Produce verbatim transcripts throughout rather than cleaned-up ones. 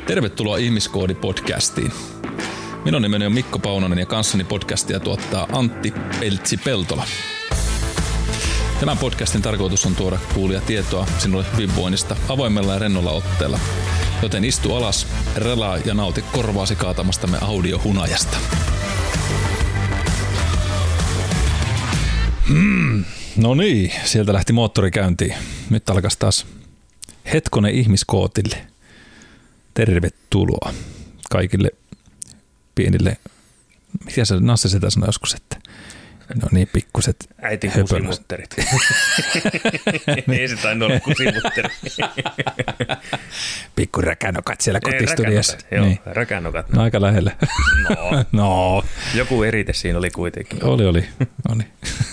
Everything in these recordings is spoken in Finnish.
Tervetuloa Ihmiskoodi-podcastiin. Minun nimeni on Mikko Paunonen ja kanssani podcastia tuottaa Antti Peltsi-Peltola. Tämän podcastin tarkoitus on tuoda kuulia tietoa sinulle hyvinvoinnista avoimella ja rennolla otteella. Joten istu alas, relaa ja nauti korvaasi kaatamastamme audiohunajasta. Hmm. No niin, sieltä lähti moottori käyntiin. Nyt alkaisi taas hetkonen ihmiskootille. Tervetuloa kaikille pienille, mikä se Nasse sitä sanoi joskus, että no niin pikkuset äitin kusimutterit. Ei se tainnut olla kusimutterit. Pikku räkänokat siellä kotistudiossa. Joo, niin. Räkänokat. No aika lähellä. No. no. Joku erite siinä oli kuitenkin. Oli, oli. oli.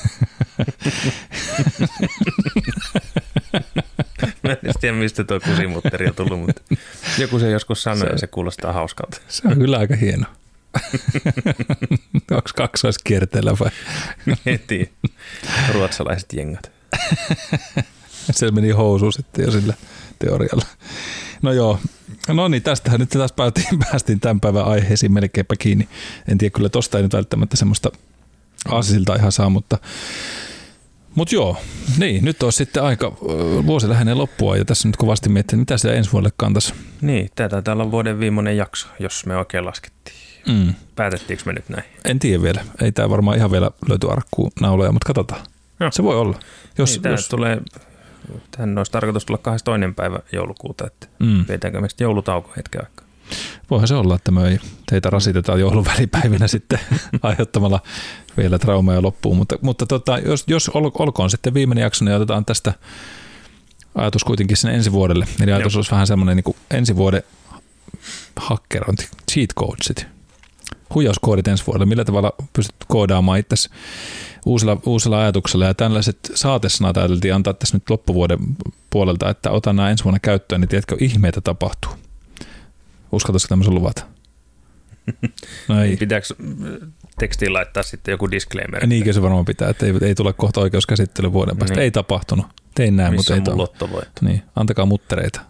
Mä en tiedä, mistä tuo kusimutteri on tullut, mutta joku se joskus sanoi se, ja se kuulostaa hauskalta. Se on kyllä aika hieno. Onko kaksoiskierteellä vai? Heti ruotsalaiset jengat. Se meni housuun sitten jo sillä teorialla. No joo, no niin, tästähän nyt taas päästiin, päästiin tämän päivän aiheisiin melkeinpä kiinni. En tiedä, kyllä tosta ei nyt välttämättä semmoista aasisilta ihan saa, mutta Mutta joo, niin, nyt on sitten aika, vuosi lähenee loppua ja tässä nyt kovasti miettii, mitä sitä ensi vuodelle kantaisi. Niin, tämä taitaa olla vuoden viimeinen jakso, jos me oikein laskettiin. Mm. Päätettiinkö me nyt näin? En tiedä vielä. Ei tämä varmaan ihan vielä löyty arkkuun nauloja, mutta katsotaan. No. Se voi olla. Jos, niin, tämä jos... tulee, tähän olisi tarkoitus tulla kahdestoinen päivä joulukuuta, että mm. pidetäänkö me sitten joulutauko hetken aikaa. Voihan se olla, että me ei teitä rasitetaan joulun välipäivinä sitten aiheuttamalla vielä traumaa loppuun, mutta, mutta tota, jos, jos ol, olkoon sitten viimeinen jakso, niin otetaan tästä ajatus kuitenkin sinne ensi vuodelle. Eli ajatus Joo. olisi vähän semmoinen niin kuin ensi vuoden hakkerointi, cheat codesit, huijauskoodit ensi vuodelle. Millä tavalla pystyt koodaamaan itsesi uusilla, uusilla ajatuksilla ja tällaiset saatesanat ajateltiin antaa tässä nyt loppuvuoden puolelta, että otan nämä ensi vuonna käyttöön, niin tiedätkö, ihmeitä tapahtuu. Uskaltaisiko tämmöisen luvata? No ei. Pitääkö tekstiin laittaa sitten joku disclaimer? Niinkö se varmaan pitää, että ei, ei tule kohta oikeuskäsittely vuoden päästä. Niin. Ei tapahtunut. Tein näin, mutta ei ole. Niin, antakaa muttereita.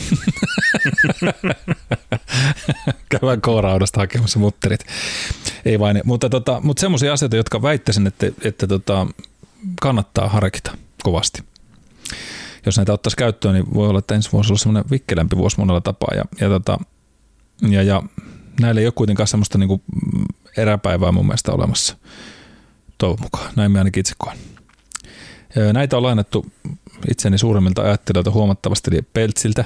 Käydään K-raudasta hakemassa mutterit. Ei vain, mutta, tota, mutta semmoisia asioita, jotka väittäisin, että, että tota, kannattaa harkita kovasti. Jos näitä ottaisi käyttöön, niin voi olla, että ensi vuosi on semmoinen vikkelämpi vuosi monella tapaa. Ja, ja, tota, ja, ja näillä ei ole kuitenkaan semmoista niin kuin eräpäivää mun mielestä olemassa. Toivon mukaan. Näin me ainakin itse koen. Näitä on lainattu itseni suuremmilta ajattelijoilta huomattavasti, eli Peltsiltä.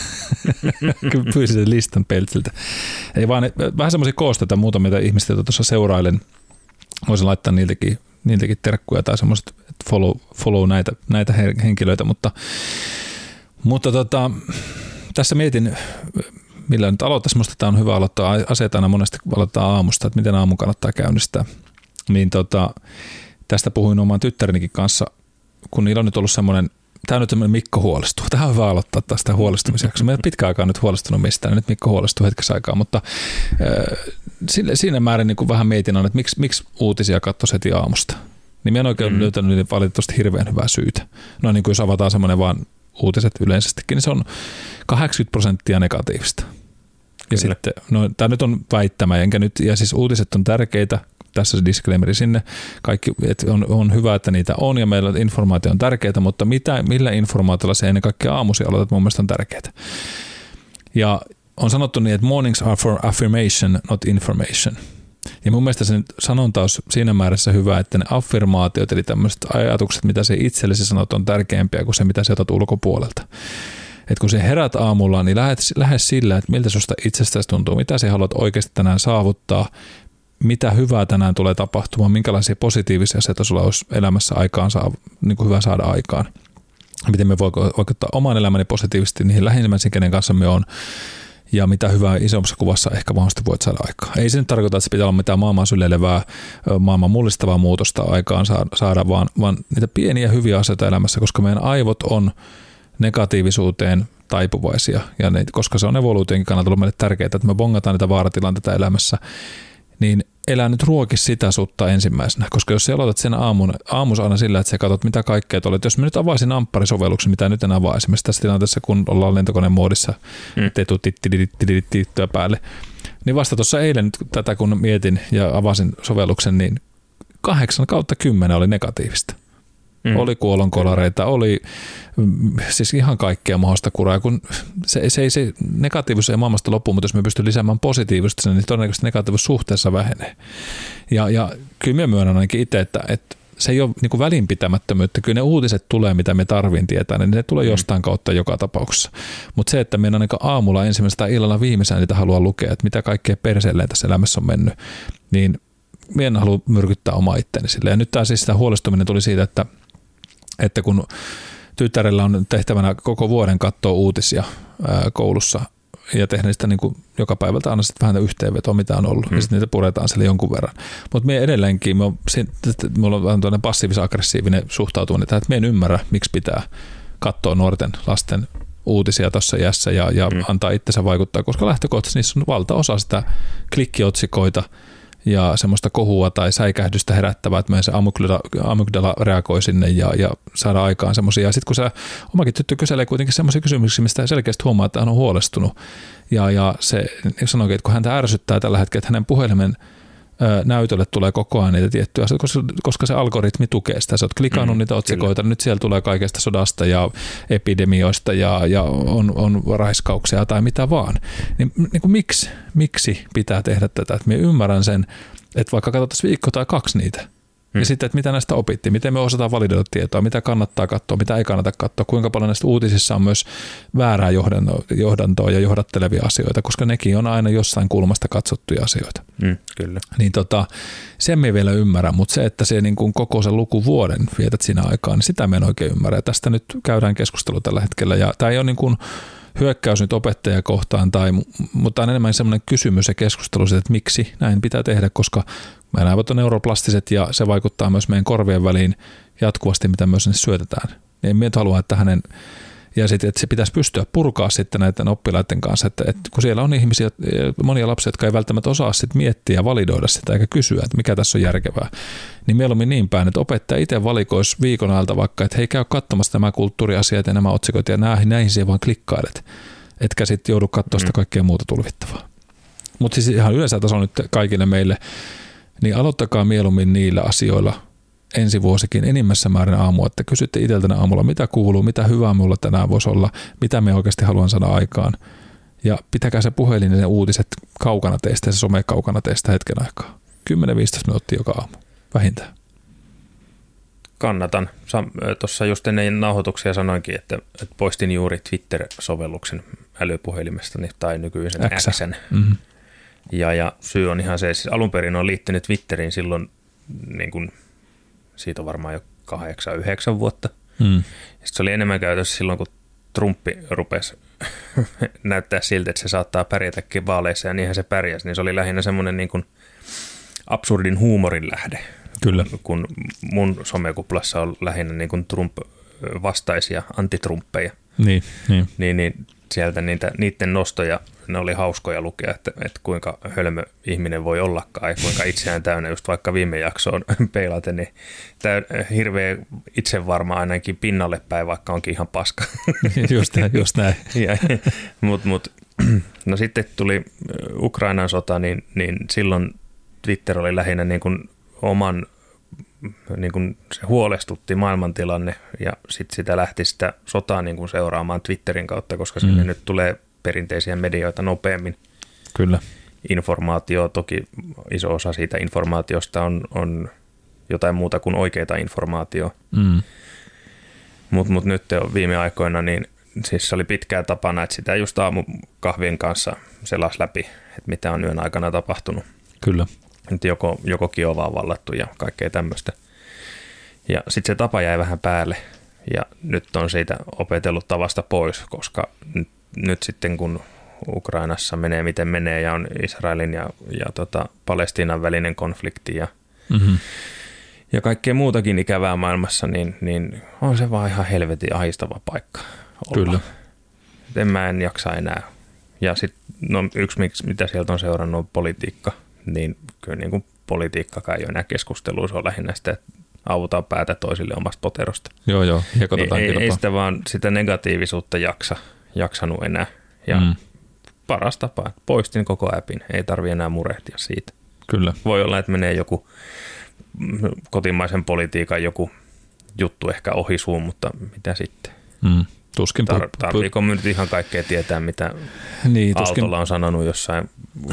Pyysin listan Peltsiltä. Ei vaan, vähän semmoisia koosteita muutamia ihmistä, joita tuossa seurailen. Voisin laittaa niiltäkin, niiltäkin terkkuja tai semmoiset, että follow, follow näitä, näitä henkilöitä, mutta, mutta tota, tässä mietin, millä nyt aloittaisi. Minusta tämä on hyvä aloittaa. Asiat aina monesti aloittaa aamusta, että miten aamun kannattaa käynnistää. Niin tota, tästä puhuin oman tyttärenikin kanssa, kun niillä on nyt ollut semmoinen, tämä on nyt semmoinen Mikko huolestuu. Tähän on hyvä aloittaa taas sitä huolestumisjaksoa. Meillä pitkä aikaa nyt huolestunut mistään, nyt Mikko huolestuu hetkessä aikaa, mutta äh, siinä määrin niin kuin vähän mietin on, että miksi, miksi uutisia katsoisi heti aamusta. Niin minä en oikein mm. löytänyt niin valitettavasti hirveän hyvää syytä. No niin kuin jos avataan semmoinen vaan uutiset yleisestikin, niin se on kahdeksankymmentä prosenttia negatiivista. Ja Kyllä. sitten, no tämä nyt on väittämä, enkä nyt, ja siis uutiset on tärkeitä, tässä se disclaimeri sinne, kaikki, että on, on hyvä, että niitä on, ja meillä informaatio on tärkeää, mutta mitä, millä informaatiolla se ennen kaikkea aamuisia aloitat mun mielestä on tärkeää. Ja on sanottu niin, että mornings are for affirmation, not information. Ja mun mielestä se sanonta on siinä määrässä hyvä, että ne affirmaatiot, eli tämmöiset ajatukset, mitä se itsellesi sanot, on tärkeämpiä kuin se, mitä sä otat ulkopuolelta. Että kun sä herät aamulla, niin lähde, lähde sillä, että miltä susta itsestäsi tuntuu, mitä sä haluat oikeasti tänään saavuttaa, mitä hyvää tänään tulee tapahtumaan, minkälaisia positiivisia asioita sulla olisi elämässä aikaan saa, niin kuin hyvä saada aikaan. Miten me voi vaikuttaa oman elämäni positiivisesti niihin lähimmäisiin, kenen kanssa me on, ja mitä hyvää isommassa kuvassa ehkä mahdollisesti voit saada aikaan. Ei se nyt tarkoita, että se pitää olla mitään maailman syleilevää, maailman mullistavaa muutosta aikaan saada, vaan, vaan niitä pieniä hyviä asioita elämässä, koska meidän aivot on negatiivisuuteen taipuvaisia, ja ne, koska se on evoluutionkin kannalta ollut meille tärkeää, että me bongataan niitä vaaratilanteita elämässä, niin elää nyt ruoki sitä sutta ensimmäisenä, koska jos sä aloitat sen aamun, aamus aina sillä, että sä katsot mitä kaikkea olet. Jos mä nyt avaisin ampparisovelluksen, mitä nyt en avaa esimerkiksi tässä tilanteessa, kun ollaan lentokoneen moodissa, mm. teetu tittitittittittiä päälle, niin vasta tuossa eilen tätä kun mietin ja avasin sovelluksen, niin kahdeksan kautta kymmenen oli negatiivista. Mm. Oli kuolonkolareita, oli siis ihan kaikkea mahdollista kuraa. Kun se, se, se negatiivisuus ei maailmasta loppu, mutta jos me pystyy lisäämään positiivista, niin todennäköisesti negatiivisuus suhteessa vähenee. Ja, ja kyllä minä myönnän ainakin itse, että, että se ei ole niin kuin välinpitämättömyyttä. Kyllä ne uutiset tulee, mitä me tarviin tietää, niin ne tulee mm. jostain kautta joka tapauksessa. Mutta se, että meidän ainakaan aamulla ensimmäistä tai illalla viimeisään niitä haluaa lukea, että mitä kaikkea perseelleen tässä elämässä on mennyt, niin minä en halua myrkyttää omaa itseäni sille. Ja nyt tämä siis sitä huolestuminen tuli siitä, että että kun tyttärellä on tehtävänä koko vuoden katsoa uutisia ää, koulussa ja tehdä niistä niin kuin joka päivältä aina sitten vähän yhteenvetoa, mitä on ollut, mm. ja sitten niitä puretaan sille jonkun verran. Mutta me edelleenkin, minulla on vähän tuollainen passiivis-aggressiivinen suhtautuminen, että me en ymmärrä, miksi pitää katsoa nuorten lasten uutisia tuossa iässä ja, ja mm. antaa itsensä vaikuttaa, koska lähtökohtaisesti niissä on valtaosa sitä klikkiotsikoita, ja semmoista kohua tai säikähdystä herättävää, että meidän se amygdala, amygdala reagoi sinne ja, ja saada aikaan semmoisia. Ja sitten kun se omakin tyttö kyselee kuitenkin semmoisia kysymyksiä, mistä selkeästi huomaa, että hän on huolestunut. Ja, ja se sanoikin, että kun häntä ärsyttää tällä hetkellä, että hänen puhelimen ö, näytölle tulee koko ajan niitä tiettyjä asioita, koska, koska se algoritmi tukee sitä. Sä oot klikannut mm, niitä otsikoita, kyllä. Nyt siellä tulee kaikesta sodasta ja epidemioista ja, ja on, on raiskauksia tai mitä vaan. Niin, niin kuin miksi, miksi pitää tehdä tätä? Että minä ymmärrän sen, että vaikka katsotaan viikko tai kaksi niitä, hmm. ja sitten, että mitä näistä opittiin, miten me osataan validoida tietoa, mitä kannattaa katsoa, mitä ei kannata katsoa, kuinka paljon näistä uutisissa on myös väärää johdantoa ja johdattelevia asioita, koska nekin on aina jossain kulmasta katsottuja asioita. Hmm, kyllä. Niin tota, sen me vielä ymmärrän, mutta se, että se niin kuin koko sen lukuvuoden vietät siinä aikaan, niin sitä me en oikein ymmärrä. Ja tästä nyt käydään keskustelua tällä hetkellä, ja tämä ei ole niin kuin hyökkäys nyt opettajia kohtaan, tai, mutta on enemmän semmoinen kysymys ja keskustelu, että miksi näin pitää tehdä, koska meidän aivot on neuroplastiset ja se vaikuttaa myös meidän korvien väliin jatkuvasti, mitä myös sinne syötetään. Niin en halua, että hänen, ja sitten, että se pitäisi pystyä purkaa sitten näiden oppilaiden kanssa, että, että kun siellä on ihmisiä, monia lapsia, jotka ei välttämättä osaa sitten miettiä ja validoida sitä eikä kysyä, että mikä tässä on järkevää, niin mieluummin niin päin, että opettaja itse valikoisi viikon ajalta vaikka, että hei, käy katsomassa nämä kulttuuriasiat ja nämä otsikot ja näihin, näihin siihen vaan klikkailet, etkä sitten joudu katsoa sitä kaikkea muuta tulvittavaa. Mutta siis ihan yleensä tasolla nyt kaikille meille, niin aloittakaa mieluummin niillä asioilla ensi vuosikin enimmässä määrin aamua, että kysytte itseltänne aamulla, mitä kuuluu, mitä hyvää minulla tänään voisi olla, mitä me oikeasti haluan saada aikaan. Ja pitäkää se puhelin ja ne uutiset kaukana teistä ja se some kaukana teistä hetken aikaa. kymmenen viisitoista minuuttia joka aamu, vähintään. Kannatan. Tuossa just ennen nauhoituksia sanoinkin, että, että poistin juuri Twitter-sovelluksen älypuhelimestani tai nykyisen X:n. Mm-hmm. Ja, ja syy on ihan se, siis alun perin on liittynyt Twitteriin silloin, niin kuin, siitä on varmaan jo kahdeksan, yhdeksän vuotta. Mm. Se oli enemmän käytössä silloin, kun Trumpi rupesi näyttää siltä, että se saattaa pärjätäkin vaaleissa, ja niinhän se pärjäsi. Niin se oli lähinnä semmoinen niin kuin absurdin huumorin lähde. Kyllä. Kun mun somekuplassa on lähinnä niin kuin Trump-vastaisia antitrumppeja. Niin, niin. Niin, niin sieltä niitä, niiden nostoja, ne oli hauskoja lukea, että, että kuinka hölmö ihminen voi ollakaan ja kuinka itseään täynnä, just vaikka viime jaksoon peilaten, niin täy, hirveä itsevarma ainakin pinnalle päin, vaikka onkin ihan paska. Just näin. Just näin. Mutta mut, no sitten tuli Ukrainan sota, niin, niin silloin Twitter oli lähinnä niin kuin oman, niin kuin se huolestutti maailmantilanne ja sitten sitä lähti sitä sotaa niin kuin seuraamaan Twitterin kautta, koska sinne mm. nyt tulee perinteisiä medioita nopeammin. Kyllä. Informaatio, toki iso osa siitä informaatiosta on, on jotain muuta kuin oikeaa informaatiota. Mm. Mutta mut nyt viime aikoina, niin siis se oli pitkää tapana, että sitä just aamukahvien kanssa selas läpi, että mitä on yön aikana tapahtunut. Kyllä. Nyt joko, joko Kiovaa on vallattu ja kaikkea tämmöistä. Ja sitten se tapa jäi vähän päälle ja nyt on siitä opetellut tavasta pois, koska nyt, nyt sitten kun Ukrainassa menee miten menee ja on Israelin ja, ja tota Palestiinan välinen konflikti ja, mm-hmm. ja kaikkea muutakin ikävää maailmassa, niin, niin on se vaan ihan helvetin ahistava paikka olla. Kyllä. Et en mä en jaksa enää. Ja sitten no, yksi, mitä sieltä on seurannut, on politiikka. Niin kyllä niin kuin politiikkakaan ei ole enää keskustelua, se on lähinnä sitä, että autaan päätä toisille omasta poterosta. Joo, joo, hiekotetaan ei, kilpaa. ei sitä vaan sitä negatiivisuutta jaksa, jaksanut enää. Ja mm. paras tapa, poistin koko appin, ei tarvitse enää murehtia siitä. Kyllä. Voi olla, että menee joku kotimaisen politiikan joku juttu ehkä ohi suun, mutta mitä sitten? Mm. Tuskin Tar- tarviiko me nyt ihan kaikkea tietää, mitä niin, tuskin Aaltola on sanonut jossain,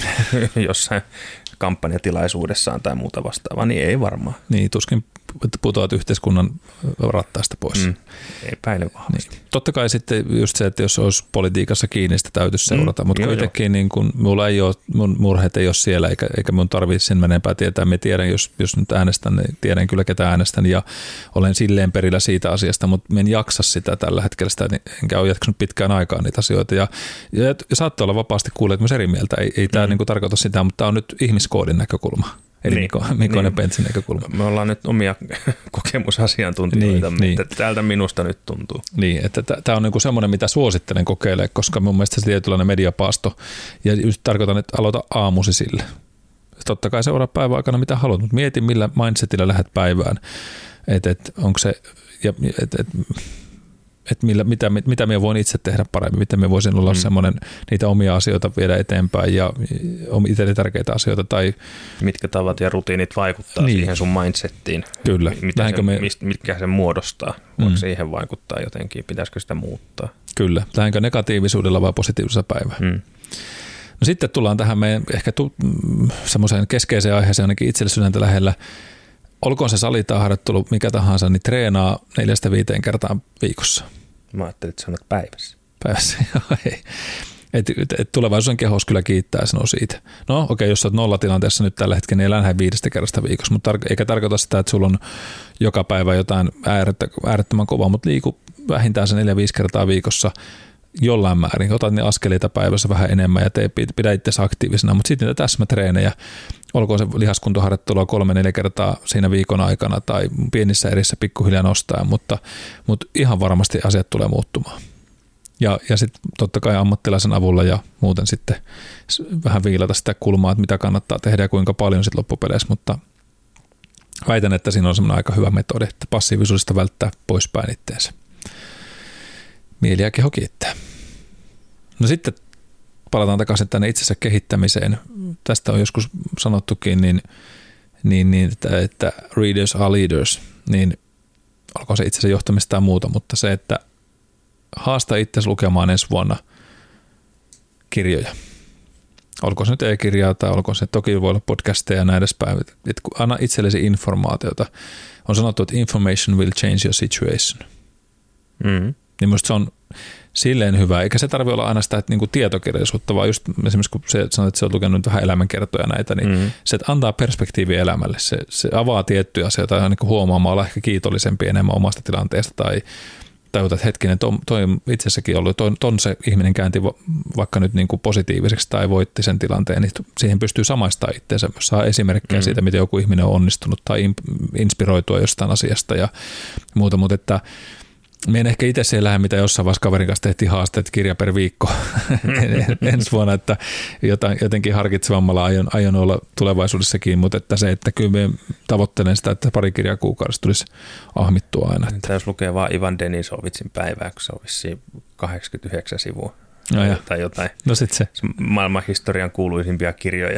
jossain kampanjatilaisuudessaan tai muuta vastaavaa, niin ei varmaan. Niin, tuskin putoat yhteiskunnan rattaista pois. Mm, epäile vahvasti. Niin. Totta kai sitten just se, että jos olisi politiikassa kiinni, sitä täytyisi seurata, mm, mutta kuitenkin niin kun, mulla ei ole, mun murheet ei ole siellä, eikä, eikä mun tarvitse sen menempää tietää. Me tiedän, jos, jos nyt äänestän, niin tiedän kyllä ketä äänestän ja olen silleen perillä siitä asiasta, mutta en jaksa sitä tällä hetkellä, sitä, enkä ole jatkanut pitkään aikaan niitä asioita. Ja, ja, ja saatte olla vapaasti kuulleet myös eri mieltä, ei, ei tämä mm. niin tarkoita sitä, mutta tämä on nyt ihmiskoodin näkökulma. Eli niin, Mikko, Mikko niin. Pentsin näkökulma. Me ollaan nyt omia kokemusasiantuntijoita, niin, mutta niin. Täältä minusta nyt tuntuu. Niin, että tämä on niinku semmoinen, mitä suosittelen kokeilemaan, koska mun mielestä se tietynlainen mediapaasto, ja just tarkoitan, että aloita aamusi sille. Totta kai seuraa päivän aikana mitä haluat, mutta mieti millä mindsetillä lähdet päivään, että et, onko se, ja, et, et, että millä, mitä, mitä minä voin itse tehdä paremmin, miten minä voisin olla mm. semmoinen, niitä omia asioita viedä eteenpäin ja itselle tärkeitä asioita. Tai mitkä tavat ja rutiinit vaikuttaa niin. siihen sun mindsettiin. Kyllä. Mitä se, me... mitkä se muodostaa? Voiko mm. siihen vaikuttaa jotenkin? Pitäisikö sitä muuttaa? Kyllä. Lähdenkö negatiivisuudella vai positiivisella päivää? Mm. No sitten tullaan tähän meidän ehkä tu- semmoiseen keskeiseen aiheeseen ainakin itselle sydäntä lähellä. Olkoon se salitarharjoittelu mikä tahansa, niin treenaa neljästä viiteen kertaa viikossa. Mä ajattelin, että sanot päivässä. Päivässä, joo ei. Et, et, et tulevaisuuden kehos kyllä kiittää sinua siitä. No okei, okay, jos sä oot nollatilanteessa nyt tällä hetkellä, niin ei lähde viidestä kerrasta viikossa, mutta tar- eikä tarkoita sitä, että sulla on joka päivä jotain äärettömän kovaa, mutta liiku vähintään se neljä viisi kertaa viikossa jollain määrin. Otat ne askeleita päivässä vähän enemmän ja tee, pidä itsesi aktiivisena, mutta sitten niitä täsmätreenejä. Olkoon se lihaskuntoharjoittelua kolme neljä kertaa siinä viikon aikana tai pienissä erissä pikkuhiljaa nostaa, mutta, mutta ihan varmasti asiat tulee muuttumaan. Ja, ja sitten totta kai ammattilaisen avulla ja muuten sitten vähän viilata sitä kulmaa, että mitä kannattaa tehdä ja kuinka paljon sitten loppupeleissä, mutta väitän, että siinä on semmoinen aika hyvä metodi, että passiivisuudesta välttää poispäin itteensä. Mieli ja keho kiittää. No sitten palataan takaisin tänne itsensä kehittämiseen. Tästä on joskus sanottukin, niin, niin, niin että, että readers are leaders, niin olkoon se itsensä johtamista tai muuta, mutta se, että haasta itsesi lukemaan ensi vuonna kirjoja. Olkoon se nyt e-kirjaa tai olkoon se, toki voi olla podcasteja ja näin edespäin. Että anna itsellesi informaatiota. On sanottu, että information will change your situation. Mm-hmm. Niin minusta se on silleen hyvä, eikä se tarvitse olla aina sitä että niinku tietokirjallisuutta, vaan just esimerkiksi kun se, sanoit, että sä oot lukenut vähän elämänkertoja näitä, niin mm-hmm. se, että antaa perspektiiviä elämälle, se, se avaa tiettyjä asioita ja niinku huomaamaan olla ehkä kiitollisempi enemmän omasta tilanteesta tai tajuta, että hetkinen, toi, toi itsessäkin ollut, ton, ton se ihminen käänti va, vaikka nyt niinku positiiviseksi tai voitti sen tilanteen, niin siihen pystyy samaistamaan itseensä, myös saa esimerkkejä mm-hmm. siitä, miten joku ihminen on onnistunut tai inspiroitua jostain asiasta ja muuta, mutta että me en ehkä itse siellä lähde, mitä jossain vaiheessa kaverin kanssa tehtiin haasteet kirja per viikko ensi vuonna, että jotain, jotenkin harkitsevammalla aion, aion olla tulevaisuudessakin, mutta että se, että kyllä me tavoittelen sitä, että pari kirjaa kuukaudessa tulisi ahmittua aina. Että jos lukee vaan Ivan Denisovitsin päivää, kun se on vissiin kahdeksankymmentäyhdeksän sivua no tai jotain. No sit se. Maailman historian kuuluisimpia kirjoja.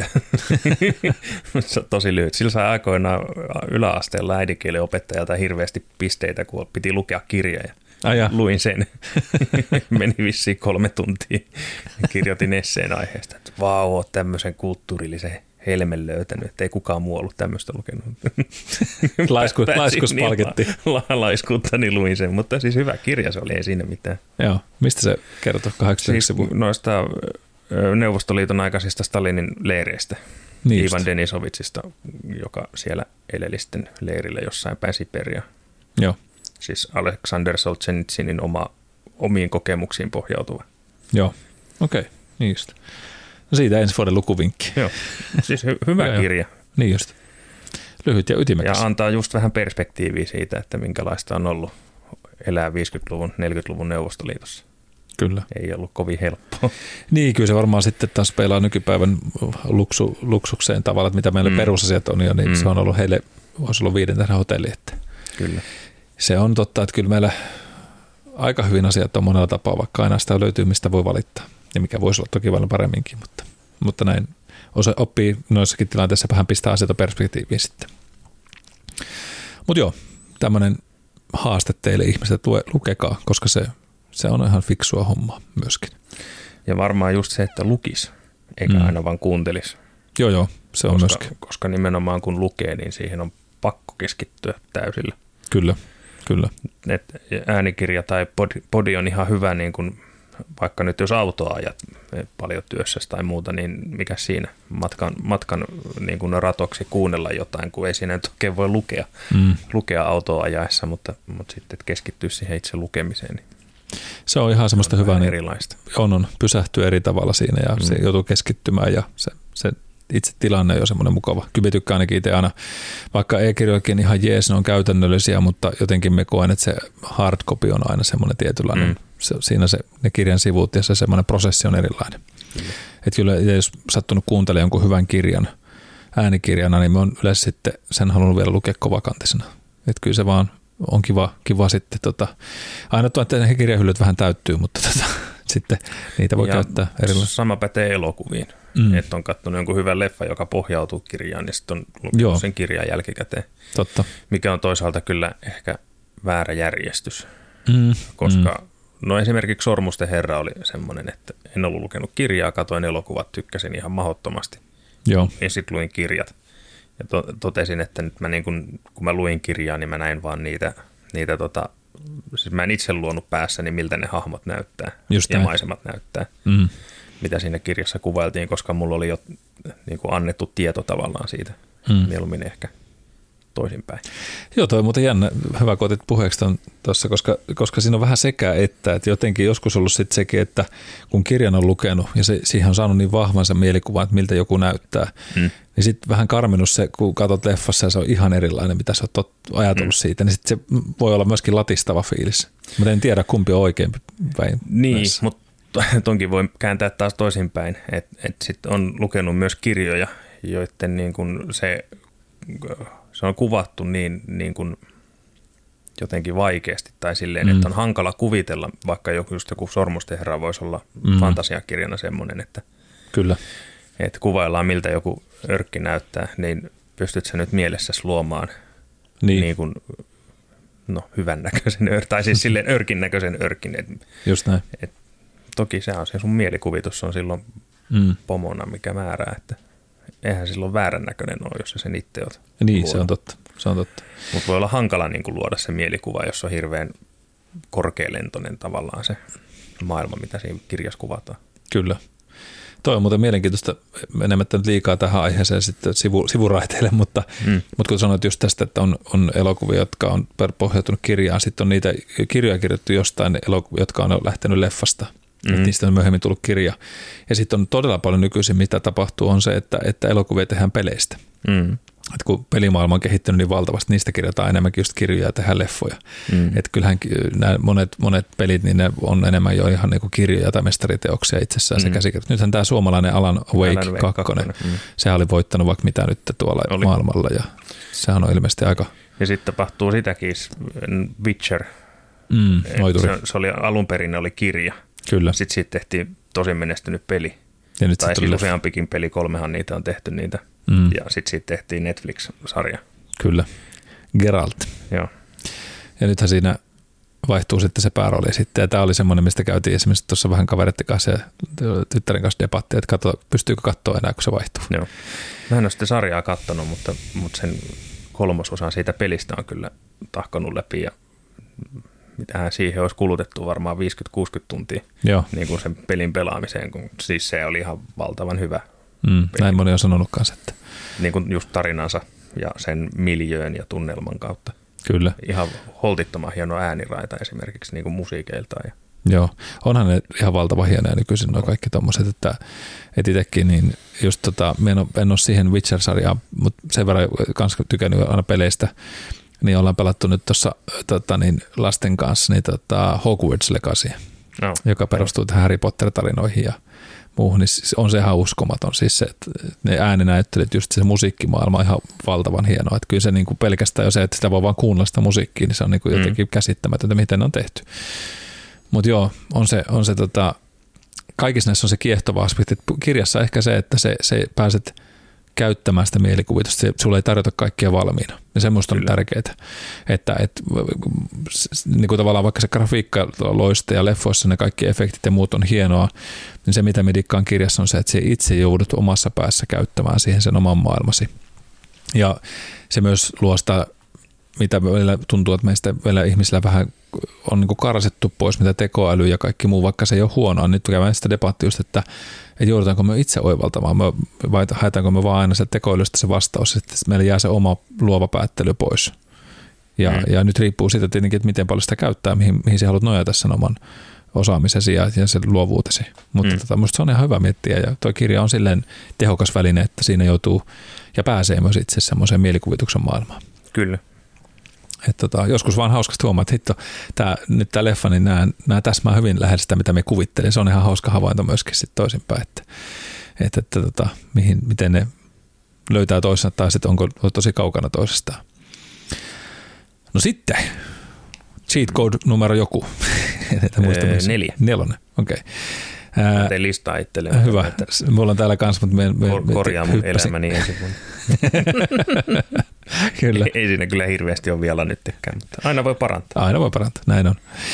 Se on tosi lyhyt. Sillä sai aikoinaan yläasteella äidinkielen opettajalta hirveästi pisteitä, kun piti lukea kirjoja. Aja. Luin sen. Meni vissiin kolme tuntia. Kirjoitin esseen aiheesta, että vau, oot tämmöisen kulttuurillisen helmen löytänyt, että ei kukaan muu ollut tämmöistä lukenut. Laisku, laiskuspalkitti. Niin, la, laiskuuttani luin sen, mutta siis hyvä kirja se oli, ei siinä mitään. Joo, mistä se kertoo kahdeksankymmentäyhdeksän siis noista Neuvostoliiton aikaisista Stalinin leireistä, niin Ivan Denisovitsista, joka siellä eleli sitten leirillä jossain päin Siberia. Joo. Siis Aleksander Solzhenitsinin oma, omiin kokemuksiin pohjautuva. Joo, okei, okay. Niin just. No siitä ensi vuoden lukuvinkki. Joo, siis hy- hyvä ja kirja. Niin just. Lyhyt ja ytimekäs. Ja antaa just vähän perspektiiviä siitä, että minkälaista on ollut elää viisikymmentäluvun, neljäkymmentäluvun Neuvostoliitossa. Kyllä. Ei ollut kovin helppoa. Niin, kyllä se varmaan sitten taas peilaa nykypäivän luksu, luksukseen tavalla, että mitä meillä mm. perusasiat on jo, niin mm. se on ollut heille, olisi ollut viiden tähden hotelli. Että kyllä. Se on totta, että kyllä meillä aika hyvin asiat on monella tapaa, vaikka aina sitä löytyy, mistä voi valittaa. Ja mikä voisi olla toki paljon paremminkin, mutta, mutta näin osa oppii noissakin tilanteissa vähän pistää asioita perspektiiviin sitten. Mutta joo, tämmöinen haaste teille ihmiset, lukekaa, koska se, se on ihan fiksua hommaa myöskin. Ja varmaan just se, että lukisi, eikä mm. aina vaan kuuntelisi. Joo, joo, se on koska, myöskin. Koska nimenomaan kun lukee, niin siihen on pakko keskittyä täysillä. Kyllä, kyllä. Et äänikirja tai podi, podi on ihan hyvä, niin kun, vaikka nyt jos autoa ajat paljon työssä tai muuta, niin mikä siinä matkan, matkan niin kun ratoksi kuunnella jotain, kun ei siinä nyt oikein voi lukea, mm. lukea autoa ajaessa, mutta, mutta sitten keskittyä siihen itse lukemiseen. Niin se on ihan semmoista hyvää. Niin erilaista. On, on. Pysähtyy eri tavalla siinä ja mm. se joutuu keskittymään ja se, se itse tilanne on jo semmoinen mukava. Kyllä tykkää ainakin itse aina, vaikka e-kirjoillakin ihan jees, ne on käytännöllisiä, mutta jotenkin me koen, että se hard copy on aina semmoinen tietynlainen, mm. se, siinä se, ne kirjan sivut ja se semmoinen prosessi on erilainen. Mm. Että kyllä jos sattunut kuuntelemaan jonkun hyvän kirjan äänikirjana, niin me on yleensä sitten sen halunnut vielä lukea kovakantisena. Että kyllä se vaan on kiva, kiva sitten, tota, aina tuo, että ne kirjahyllyt vähän täyttyy, mutta tota, sitten niitä voi ja käyttää erilaisesti. Sama pätee elokuviin, mm. että on katsonut jonkun hyvän leffa, joka pohjautuu kirjaan, niin sitten on lukenut sen kirjan jälkikäteen. Totta. Mikä on toisaalta kyllä ehkä väärä järjestys, mm. koska mm. no esimerkiksi Sormusten herra oli semmoinen, että en ollut lukenut kirjaa, katoin elokuvat, tykkäsin ihan mahdottomasti. Joo. Ja sitten luin kirjat. Ja to, totesin, että nyt mä niin kun, kun mä luin kirjaa, niin mä näin vaan niitä, niitä tota, siis mä en itse luonut päässäni, miltä ne hahmot näyttää just ja näin. maisemat näyttää, mm. mitä siinä kirjassa kuvailtiin, koska mulla oli jo niin kuin annettu tieto tavallaan siitä, mm. mieluummin ehkä toisinpäin. Joo, toi on muuten jännä, hyvä kun otit puheeksi tuossa, koska, koska siinä on vähän sekä että, että jotenkin joskus ollut sitten sekin, että kun kirjan on lukenut ja se, siihen on saanut niin vahvan sen mielikuvan, että miltä joku näyttää, mm. niin sitten vähän karminut se, kun katsot leffassa ja se on ihan erilainen, mitä sä oot tot, ajatellut mm. siitä, niin sitten se voi olla myöskin latistava fiilis. Mutta en tiedä, kumpi on oikein päin. Niin, näissä. Mutta tonkin voi kääntää taas toisinpäin, että et sitten on lukenut myös kirjoja, joiden niin kun se... Se on kuvattu niin, niin kuin jotenkin vaikeasti tai silleen, mm. että on hankala kuvitella, vaikka joku, just joku Sormusten herra voisi olla mm. fantasiakirjana semmoinen, että, Kyllä. että kuvaillaan miltä joku örkki näyttää, niin pystyt sä nyt mielessäsi luomaan niin, niin kuin, no, hyvän näköisen örkin, tai siis silleen örkin näköisen örkin. Et, just näin. Et, toki se on se sun mielikuvitus on silloin mm. pomona, mikä määrää, että eihän silloin väärän näköinen ole, jos se sen itse oot. Niin, luoda. se on totta. Se on totta. Mutta voi olla hankala niin kuin luoda se mielikuva, jos on hirveän korkealentoinen tavallaan se maailma, mitä siinä kirjassa kuvataan. Kyllä. Toi on muuten mielenkiintoista, menemättä nyt liikaa tähän aiheeseen sitten sivu, sivuraiteille, mutta, mm. mutta kun sanoit just tästä, että on, on elokuvia, jotka on pohjautunut kirjaan, sitten on niitä kirjoja kirjoittu jostain elokuvia, jotka on lähtenyt leffasta. Mm-hmm. Että niistä on myöhemmin tullut kirja. Ja sitten on todella paljon nykyisin, mitä tapahtuu, on se, että, että elokuvia tehdään peleistä. Mm. Että kun pelimaailma on kehittynyt niin valtavasti, niistä kirjoitetaan enemmänkin just kirjoja ja tehdään leffoja. Mm. Että kyllähän nämä monet, monet pelit, niin ne on enemmän jo ihan niin kuin kirjoja tai mestariteoksia itsessään mm. se käsikirjoitus. Nythän tämä suomalainen Alan Wake kaksi, mm. sehän oli voittanut vaikka mitä nyt tuolla oli maailmalla ja sehän on ilmeisesti aika... Ja sitten tapahtuu sitäkin, Witcher, mm, se, se oli alun perin oli kirja. Kyllä. Sitten siitä tehtiin tosi menestynyt peli. Ja nyt tai siis useampikin peli, kolmehan niitä on tehty niitä. Mm. Ja sitten siitä tehtiin Netflix-sarja. Kyllä. Geralt. Joo. Ja nythän siinä vaihtuu sitten se päärooli sitten. Ja tämä oli semmoinen, mistä käytiin esimerkiksi tuossa vähän kavereiden kanssa ja tyttären kanssa debattia, että katso, pystyykö katsoa enää, kun se vaihtuu. Joo. Mä en ole sitten sarjaa katsonut, mutta, mutta sen kolmososan siitä pelistä on kyllä tahkonut läpi ja mitähän siihen olisi kulutettu varmaan viisikymmentä kuusikymmentä tuntia Joo. niin kuin sen pelin pelaamiseen, kun siis se oli ihan valtavan hyvä. Mm, näin moni on sanonut kanssa. Että. Niin kuin just tarinansa ja sen miljöön ja tunnelman kautta. Kyllä. Ihan holtittoman hieno ääniraita esimerkiksi niin kuin musiikeiltaan. Ja. Joo, onhan ne ihan valtavan hienoja nykyisin nuo kaikki tommoset, että et itsekin niin just tota, en ole, en ole siihen Witcher-sarjaan, mutta sen verran kanssa tykännyt aina peleistä, niin ollaan pelattu nyt tuossa tota, niin lasten kanssa niin tota, Hogwarts Legacya. no, joka perustuu tähän Harry Potter-tarinoihin ja muuhun, niin on se ihan uskomaton. Siis se, että ne ääninäyttelyt, just se musiikkimaailma on ihan valtavan hienoa. Että kyllä se niin kuin pelkästään jo se, että sitä voi vaan kuunnella sitä musiikkia, niin se on niin kuin mm. jotenkin käsittämätöntä, miten ne on tehty. Mutta joo, on se, on se tota, kaikissa näissä on se kiehtova aspekti. Kirjassa ehkä se, että se, se pääset käyttämään sitä mielikuvitusta. Se, sulla ei tarjota kaikkia valmiina. Ja semmoista on tärkeää, että et, niin kuin tavallaan vaikka se grafiikka loiste ja leffoissa ne kaikki efektit ja muut on hienoa, niin se mitä me dikkaan kirjassa on se, että se itse joudut omassa päässä käyttämään siihen sen oman maailmasi. Ja se myös luo sitä, mitä vielä tuntuu, että meistä vielä ihmisillä vähän on niin kuin karsittu pois, mitä tekoäly ja kaikki muu, vaikka se ei ole huonoa. Nyt käydään sitä debattia just, että, että joudutaanko me itse oivaltamaan vai haetaanko me vaan aina se tekoälystä se vastaus, että meillä jää se oma luova päättely pois. Ja, mm. ja nyt riippuu siitä tietenkin, että miten paljon sitä käyttää, mihin, mihin sä haluat nojata sen oman osaamisesi ja, ja sen luovuutesi. Mutta mm. tota, musta se on ihan hyvä miettiä ja tuo kirja on silleen tehokas väline, että siinä joutuu ja pääsee myös itse semmoiseen mielikuvituksen maailmaan. Kyllä. Että tota, joskus vaan hauskasti huomaa, että hitto, tää, nyt tämä leffa, niin nämä, nämä täsmää hyvin lähellä sitä, mitä me kuvittelin. Se on ihan hauska havainto myöskin sitten toisinpäin, että, että, että tota, mihin, miten ne löytää toisensa tai sitten onko tosi kaukana toisestaan. No sitten, cheat code numero joku. Öö, neljä. Nelonen, okei. Okay. Mä tein listaa itselleen. Hyvä. Mulla on täällä kanssa, mutta me, me, Kor- korjaa mun hyppäsin. elämäni ensi vuonna. Kyllä. Ei, ei siinä kyllä hirveästi ole vielä nytkään, mutta aina voi parantaa. Aina voi parantaa, näin on.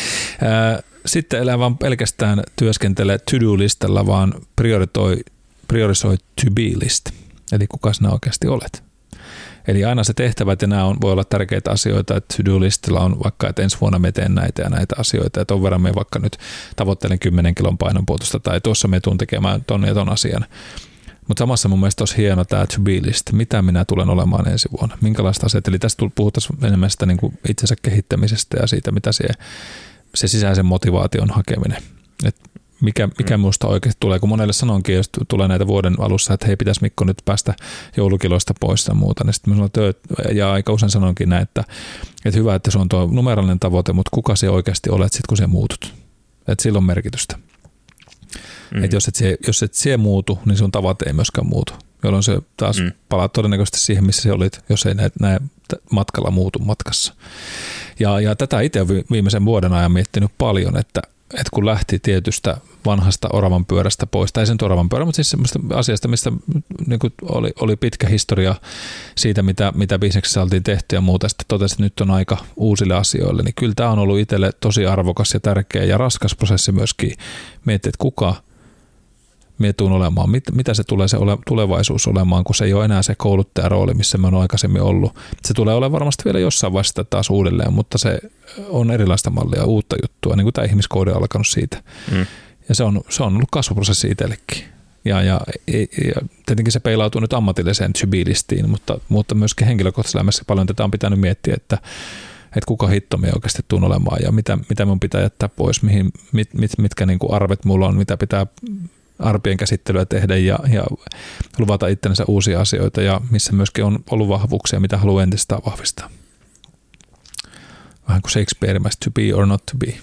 Sitten elää vaan pelkästään työskentele to-do-listalla, vaan prioritoi, priorisoi to-be-list, eli kuka sinä oikeasti olet. Eli aina se tehtävät ja nämä on, voi olla tärkeitä asioita, että to-do-listilla on vaikka, että ensi vuonna me teen näitä ja näitä asioita, ja ton verran me vaikka nyt tavoittelen kymmenen kilon painonpuutosta, tai tuossa me tuun tekemään ton ja ton asian. Mutta samassa mun mielestä olisi hieno tämä to-be-list, mitä minä tulen olemaan ensi vuonna, minkälaista asiat, eli tästä puhutaan enemmän sitä niin kuin itsensä kehittämisestä ja siitä, mitä se, se sisäisen motivaation hakeminen, että mikä, mikä minusta oikeasti tulee, kun monelle sanonkin, jos tulee näitä vuoden alussa, että hei, pitäisi Mikko nyt päästä joulukiloista pois ja muuta, niin sitten sanon, ja aika usein sanonkin näin, että, että hyvä, että se on tuo numeraalinen tavoite, mutta kuka se oikeasti olet sitten, kun se muutut, että sillä on merkitystä. Mm. Että jos et, se, jos et se muutu, niin sun tavoite ei myöskään muutu, jolloin se taas mm. palaa todennäköisesti siihen, missä se olit, jos ei näe matkalla muutu matkassa. Ja, ja tätä itse olen viimeisen vuoden ajan miettinyt paljon, että että kun lähti tietystä vanhasta oravan pyörästä pois, tai ei sen oravan pyörä, mutta siis semmoista asiasta, mistä niin kuin oli, oli pitkä historia siitä, mitä, mitä bisneksessä oltiin tehty ja muuta, sitten totesin, että nyt on aika uusille asioille, niin kyllä tämä on ollut itselle tosi arvokas ja tärkeä ja raskas prosessi myöskin miettiä, että kuka me tuun olemaan, mit, mitä se tulee se ole, tulevaisuus olemaan, kun se ei ole enää se kouluttajarooli, missä me on aikaisemmin ollut. Se tulee olemaan varmasti vielä jossain vaiheessa taas uudelleen, mutta se on erilaista mallia, uutta juttua, niin kuin tämä ihmiskoodi on alkanut siitä. Mm. Ja se on, se on ollut kasvuprosessi itsellekin. Ja, ja, ja tietenkin se peilautuu nyt ammatilliseen to-be-listiin, mutta, mutta myöskin henkilökohtaisessa elämässä paljon tätä on pitänyt miettiä, että, että kuka hitto me oikeasti tuun olemaan ja mitä, mitä mun pitää jättää pois, mihin, mit, mit, mitkä niin kuin arvet mulla on, mitä pitää arpien käsittelyä tehdä ja, ja luvata itsensä uusia asioita ja missä myöskin on ollut vahvuuksia, mitä haluaa entistä vahvistaa. Vähän kuin Shakespeare-mäistä to be or not to be.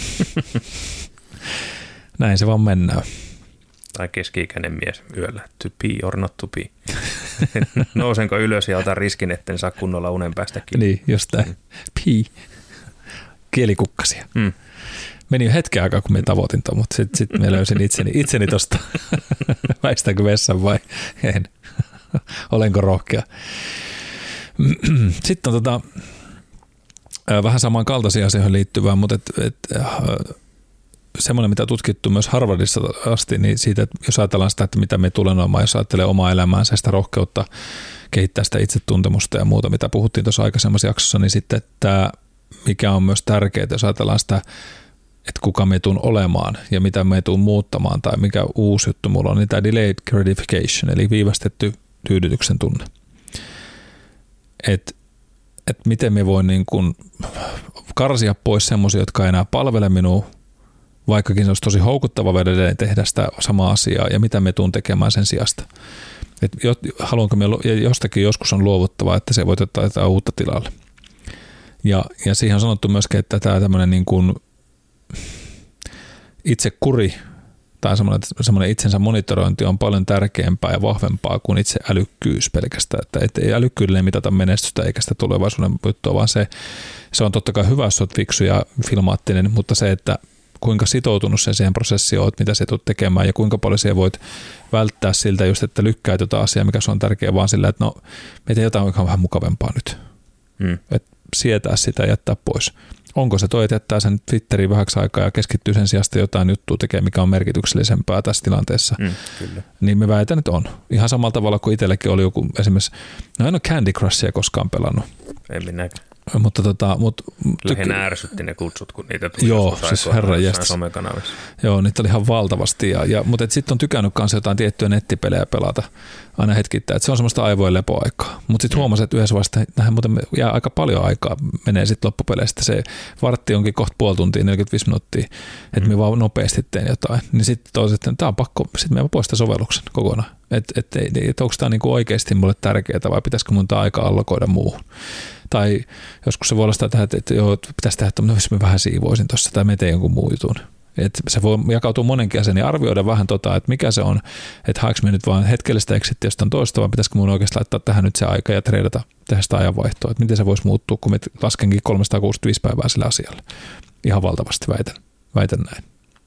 Näin se vaan mennään. Tai keski-ikäinen mies yöllä, to be or not to be. Nousenko ylös ja otan riskin, etten saa kunnolla unen päästäkin. Niin, just näin. Mm. Pii. Kielikukkasia. Mm. Meni jo hetken aikaa, kun minä tavoitin tuon, mutta sitten sit minä löysin itseni, itseni tuosta. Väistäänkö vessan vai en? Olenko rohkea? Sitten on tota, vähän samankaltaisia asioihin liittyvää, mutta et, et, semmoinen, mitä on tutkittu myös Harvardissa asti, niin siitä, että jos ajatellaan sitä, että mitä me tulee olemaan, jos ajattelee omaa elämäänsä, sitä rohkeutta, kehittää sitä itsetuntemusta ja muuta, mitä puhuttiin tuossa aikaisemmassa jaksossa, niin sitten tämä, mikä on myös tärkeää, jos ajatellaan sitä, että kuka me tuun olemaan ja mitä me tuun muuttamaan tai mikä uusi juttu mulla on, niin tämä delayed gratification, eli viivästetty tyydytyksen tunne. Että et miten me voin niin kun karsia pois semmoisia, jotka ei enää palvele minua, vaikkakin se olisi tosi houkuttava edelleen tehdä sitä samaa asiaa ja mitä me tuun tekemään sen sijasta. Et haluanko me, ja jostakin joskus on luovuttava, että se voi ottaa jotain uutta tilalle. Ja, ja siihen on sanottu myöskin, että tämä tämmöinen niin kuin itse kuri tai semmoinen, semmoinen itsensä monitorointi on paljon tärkeämpää ja vahvempaa kuin itse älykkyys pelkästään. Että et ei älykkyydelle mitata menestystä eikä sitä tulevaisuuden juttua, vaan se, se on totta kai hyvä, jos olet fiksu ja filmaattinen, mutta se, että kuinka sitoutunut sen siihen prosessiin olet, mitä sä tulet tekemään ja kuinka paljon siellä voit välttää siltä just, että lykkäät jotain asiaa, mikä se on tärkeää, vaan sillä, että no, me teemme jotain, mikä on vähän mukavampaa nyt. Hmm. Että sietää sitä ja jättää pois. Onko se toi, että jättää sen Twitteriin vähäksi aikaa ja keskittyy sen sijasta jotain juttua tekemään, mikä on merkityksellisempää tässä tilanteessa, mm, kyllä. Niin me väitän, että on. Ihan samalla tavalla kuin itsellekin oli joku esimerkiksi, no en ole Candy Crushia koskaan pelannut. En minäkään. Mutta tota, mut, lähinnä tyk- ärsytti ne kutsut, kun niitä tuli joo, siis herran jästäs. Somekanavissa. Joo, niitä oli ihan valtavasti. Ja, ja, mutta sitten on tykännyt kanssa jotain tiettyjä nettipelejä pelata aina hetkittäin. Että se on semmoista aivojen lepoaikaa. Mutta sitten mm. huomasin, että yhdessä vaiheessa nähdään muuten jää aika paljon aikaa menee sitten loppupeleistä. Se vartti onkin kohta puoli tuntia, neljäkymmentäviisi minuuttia, että mm. me vaan nopeasti teen jotain. Niin sitten toiset, että tämä on pakko, sitten me poistaa sovelluksen kokonaan. Että et, et, et, onko tämä niinku oikeasti mulle tärkeää vai pitäisikö mun tämä aika allokoida muuhun. Tai joskus se voi olla sitä, että, että joo, pitäisi tehdä, että jos mä vähän siivoisin tuossa tai me teen jonkun muun jutun. Että se voi jakautua monenkin asian ja arvioida vähän tota, että mikä se on, että haeks me nyt vaan hetkellistä exittiä jostain toista, vai pitäisikö mun oikeasti laittaa tähän nyt se aika ja treidata, tehdä sitä ajanvaihtoa, että miten se voisi muuttua, kun me laskenkin kolmesataakuusikymmentäviisi päivää sillä asialla. Ihan valtavasti väitän, väitän näin.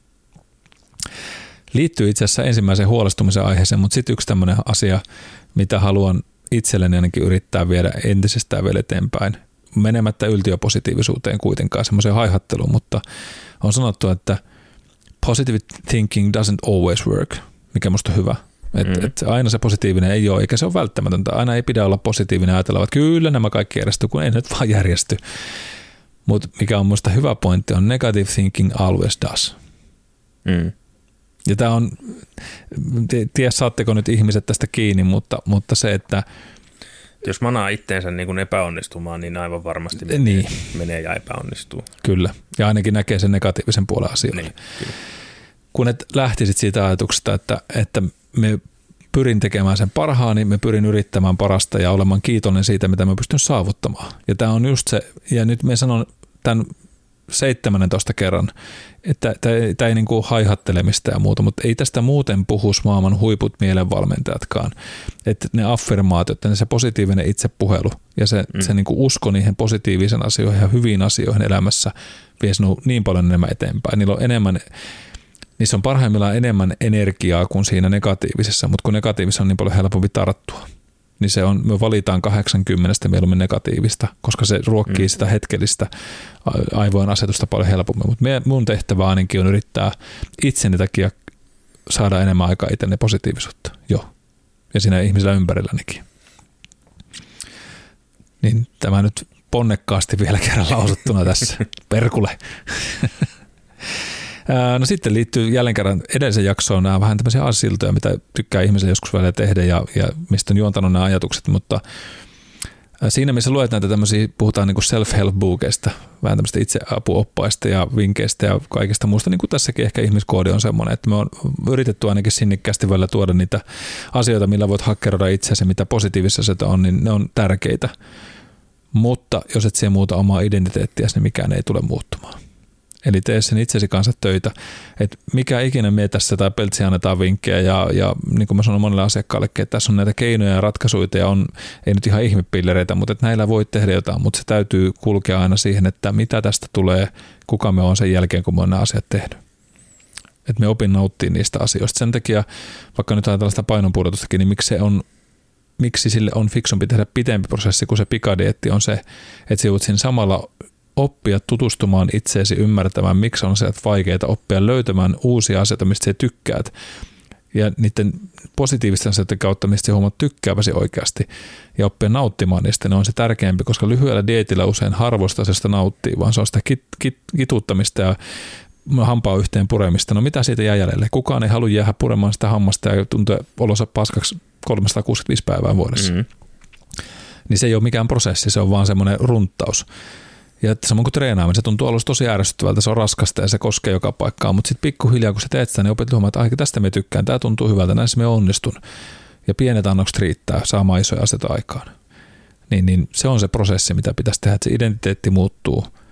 Liittyy itse asiassa ensimmäiseen huolestumisen aiheeseen, mutta sitten yksi tämmöinen asia, mitä haluan itselleni ainakin yrittää viedä entisestään vielä eteenpäin, menemättä yltiöpositiivisuuteen kuitenkaan semmoiseen haihatteluun, mutta on sanottu, että positive thinking doesn't always work, mikä musta on hyvä. Että mm. et aina se positiivinen ei ole, eikä se ole välttämätöntä. Aina ei pidä olla positiivinen ja ajatella, että kyllä nämä kaikki järjestyy, kun ei nyt vaan järjesty. Mutta mikä on musta hyvä pointti, on negative thinking always does. Mm. Ja tämä on, tiedä saatteko nyt ihmiset tästä kiinni, mutta, mutta se, että jos manaa itteensä niin kuin epäonnistumaan, niin aivan varmasti menee, niin. menee ja epäonnistuu. Kyllä, ja ainakin näkee sen negatiivisen puolen asioille. Niin, kun et lähtisit siitä ajatuksesta, että, että me pyrin tekemään sen parhaani, me pyrin yrittämään parasta ja olemaan kiitollinen siitä, mitä mä pystyn saavuttamaan. Ja tämä on just se, ja nyt me sanon tämän seitsemännentoista kerran, että tämä ei niin kuin haihattelemista ja muuta, mutta ei tästä muuten puhuisi maailman huiput mielenvalmentajatkaan. Että ne affirmaatiot, ne se positiivinen itsepuhelu ja se, mm. se niin kuin usko niihin positiivisiin asioihin ja hyviin asioihin elämässä vie sinua niin paljon enemmän eteenpäin. Niillä on enemmän, niissä on parhaimmillaan enemmän energiaa kuin siinä negatiivisessa, mutta kun negatiivisessa on niin paljon helpompi tarttua, niin se on, me valitaan kahdeksankymmentä mieluummin negatiivista, koska se ruokkii mm. sitä hetkellistä aivojen asetusta paljon helpommin. Mutta mun tehtävä ainakin on yrittää itseni takia saada enemmän aikaa itsenne positiivisuutta. Joo. Ja siinä ihmisillä ympärillänikin. Niin tämä nyt ponnekkaasti vielä kerran lausuttuna tässä. Perkule. No sitten liittyy jälleen kerran edellisen jaksoon nämä vähän tämmöisiä asiltoja, mitä tykkää ihmisen joskus välillä tehdä ja, ja mistä on juontanut nämä ajatukset, mutta siinä missä luet näitä tämmöisiä, puhutaan niin kuin self-help-bookeista, vähän tämmöistä itseapuoppaista ja vinkkeistä ja kaikesta muusta, niin kuin tässäkin ehkä ihmiskoodi on semmoinen, että me on yritetty ainakin sinnikkäästi välillä tuoda niitä asioita, millä voit hakkeroida itseäsi, mitä positiivissa se on, niin ne on tärkeitä, mutta jos et siihen muuta omaa identiteettiäsi, niin mikään ei tule muuttumaan. Eli tee sen itsesi kanssa töitä, että mikä ikinä me tässä tai peltsiä annetaan vinkkejä ja, ja niin kuin mä sanon monelle asiakkaallekin, että tässä on näitä keinoja ja ratkaisuja ja on, ei nyt ihan ihmepillereitä, mutta että näillä voi tehdä jotain, mutta se täytyy kulkea aina siihen, että mitä tästä tulee, kuka me on sen jälkeen, kun me on nämä asiat tehnyt. Että me opin nauttia niistä asioista. Sen takia, vaikka nyt ajatellaan sitä painonpudotustakin, niin miksi se on miksi sille on fiksumpi tehdä pitempi prosessi kuin se pikadieetti on se, että sä voit siinä samalla oppia tutustumaan itseesi, ymmärtämään, miksi on se vaikeaa, oppia löytämään uusia asioita, mistä sä tykkäät ja niiden positiivisten asioiden kautta, mistä sä huomaat tykkääväsi oikeasti ja oppia nauttimaan niistä, ne on se tärkeämpi, koska lyhyellä dieetillä usein harvoista asioista nauttii, vaan se on sitä kit, kit, kituuttamista ja hampaa yhteen puremista. No mitä siitä jää jäljelle? Kukaan ei halua jäädä puremaan sitä hammasta ja tuntua olonsa paskaksi kolmesataakuusikymmentäviisi päivää vuodessa. Mm-hmm. Niin se ei ole mikään prosessi, se on vaan semmoinen runttaus. Ja samoin kuin treenaaminen, se tuntuu alussa tosi ärsyttävältä, se on raskasta ja se koskee joka paikkaan, mutta sitten pikkuhiljaa kun sä teet sitä, niin opet huomaa, että aika tästä me tykkään, tämä tuntuu hyvältä, näissä me onnistun. Ja pienet annokset riittää saamaan isoja asioita aikaan. Niin, niin se on se prosessi, mitä pitäisi tehdä, että se identiteetti muuttuu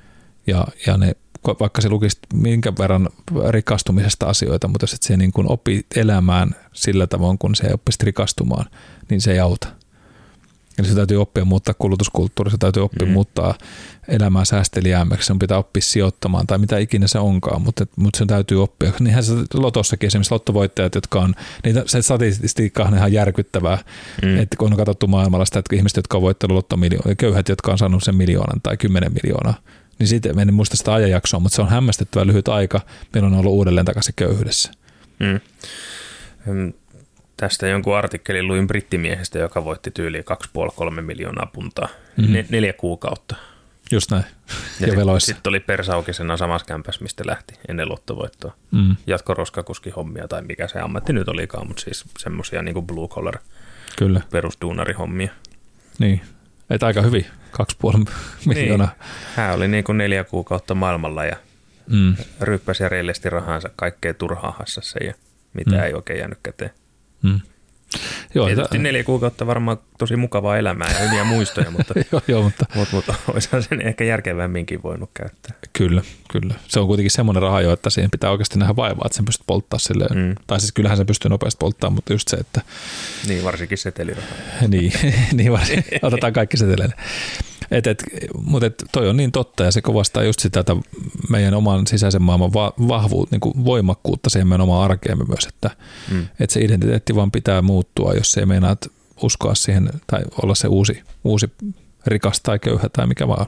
ja, ja ne, vaikka se lukisi minkä verran rikastumisesta asioita, mutta jos et se niin kuin opi elämään sillä tavoin, kun se oppisi rikastumaan, niin se ei auta. Eli se täytyy oppia muuttaa kulutuskulttuuria, se täytyy oppia mm. muuttaa elämää säästeliäämmäksi, sen pitää oppia sijoittamaan tai mitä ikinä se onkaan, mutta, mutta sen täytyy oppia. Niinhän se lotossakin esimerkiksi lottovoittajat, jotka on, niitä, se statistiikka on ihan järkyttävää, mm. että kun on katsottu maailmalla sitä, että ihmiset, jotka on voittanut lottomiljoonaa, köyhät, jotka on saanut sen miljoonan tai kymmenen miljoonaa, niin siitä en muista sitä ajanjaksoa, mutta se on hämmästyttävä lyhyt aika, meillä on ollut uudelleen takaisin köyhyydessä. Mm. Mm. Tästä jonkun artikkelin luin brittimiehestä, joka voitti tyyliin kaksi pilkku viisi kolme miljoonaa puntaa mm-hmm. ne, neljä kuukautta. Just näin. Ja, ja veloissa. Sitten oli persaukisena samassa kämpässä, mistä lähti ennen lottovoittoa. Mm. Jatko roskakuski hommia tai mikä se ammatti nyt olikaan, mutta siis semmoisia niin kuin blue collar Kyllä. perusduunarihommia. Niin, et aika hyvin, kaksi pilkku viisi miljoonaa. Niin. Hän oli niin kuin neljä kuukautta maailmalla ja mm. ryppäsi ja reillesti rahansa kaikkea turhaa hassassa ja mitä mm. ei oikein jäänyt käteen. Mm. Joo, tietysti neljä kuukautta varmaan tosi mukavaa elämää ja hyviä muistoja, mutta, joo, joo, mutta, mutta, mutta olisihan sen ehkä järkevämminkin voinut käyttää. Kyllä, kyllä. Se on kuitenkin semmoinen raha jo, että siihen pitää oikeasti nähdä vaivaa, että sen pystyt polttaa silleen. Mm. Tai siis kyllähän se pystyy nopeasti polttamaan, mutta just se, että... Niin, varsinkin seteliraha. niin, niin varsinkin. Otetaan kaikki seteleille. Et, et, mutta et toi on niin totta ja se kovastaa just sitä että meidän oman sisäisen maailman va- vahvuutta, niin kuin voimakkuutta siihen meidän omaan arkeemme myös, että mm. et se identiteetti vaan pitää muuttua, jos ei meinaa uskoa siihen tai olla se uusi, uusi rikas tai köyhä tai mikä vaan.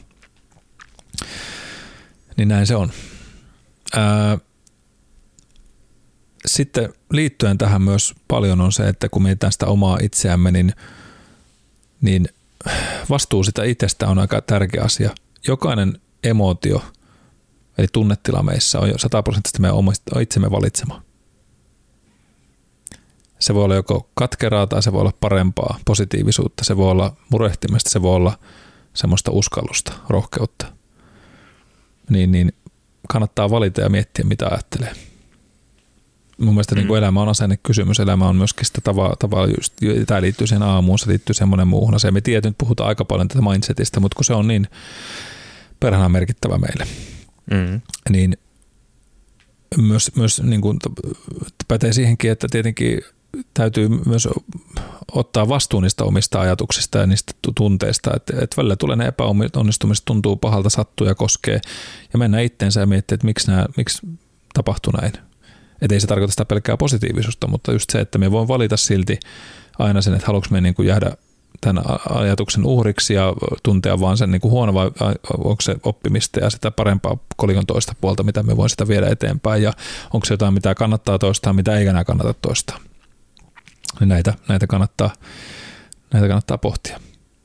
Niin näin se on. Ää, sitten liittyen tähän myös paljon on se, että kun mietitään sitä omaa itseämme, niin, niin vastuu sitä itsestä on aika tärkeä asia. Jokainen emootio, eli tunnetila meissä on jo sataprosenttisesti meidän omista itsemme valitsema. Se voi olla joko katkeraa tai se voi olla parempaa, positiivisuutta, se voi olla murehtimista, se voi olla semmoista uskallusta, rohkeutta. Niin, niin kannattaa valita ja miettiä, mitä ajattelee. Mun mielestä mm. niin kuin elämä on asennekysymys, elämä on myöskin sitä tavalla, tavalla just, tämä liittyy siihen aamuun, se liittyy semmoinen muuhun asiaan. Me tiedät, nyt puhutaan aika paljon tätä mindsetistä, mutta kun se on niin perhana merkittävä meille, mm. niin myös, myös niin kuin pätee siihenkin, että tietenkin täytyy myös ottaa vastuun niistä omista ajatuksista ja niistä tunteista, että, että välillä tulee ne epäonnistumiset, tuntuu pahalta, sattuu ja koskee, ja mennään itteensä ja miettiä, että miksi, nämä, miksi tapahtui näin. Että ei se tarkoita sitä pelkkää positiivisuutta, mutta just se, että me voin valita silti aina sen, että haluanko me niin kuin jäädä tämän ajatuksen uhriksi ja tuntea vaan sen niin kuin huono vai onko se oppimista ja sitä parempaa kolikon toista puolta, mitä me voin sitä viedä eteenpäin ja onko se jotain, mitä kannattaa toistaa, mitä ei enää kannata toistaa. Niin näitä, näitä, kannattaa, näitä kannattaa pohtia.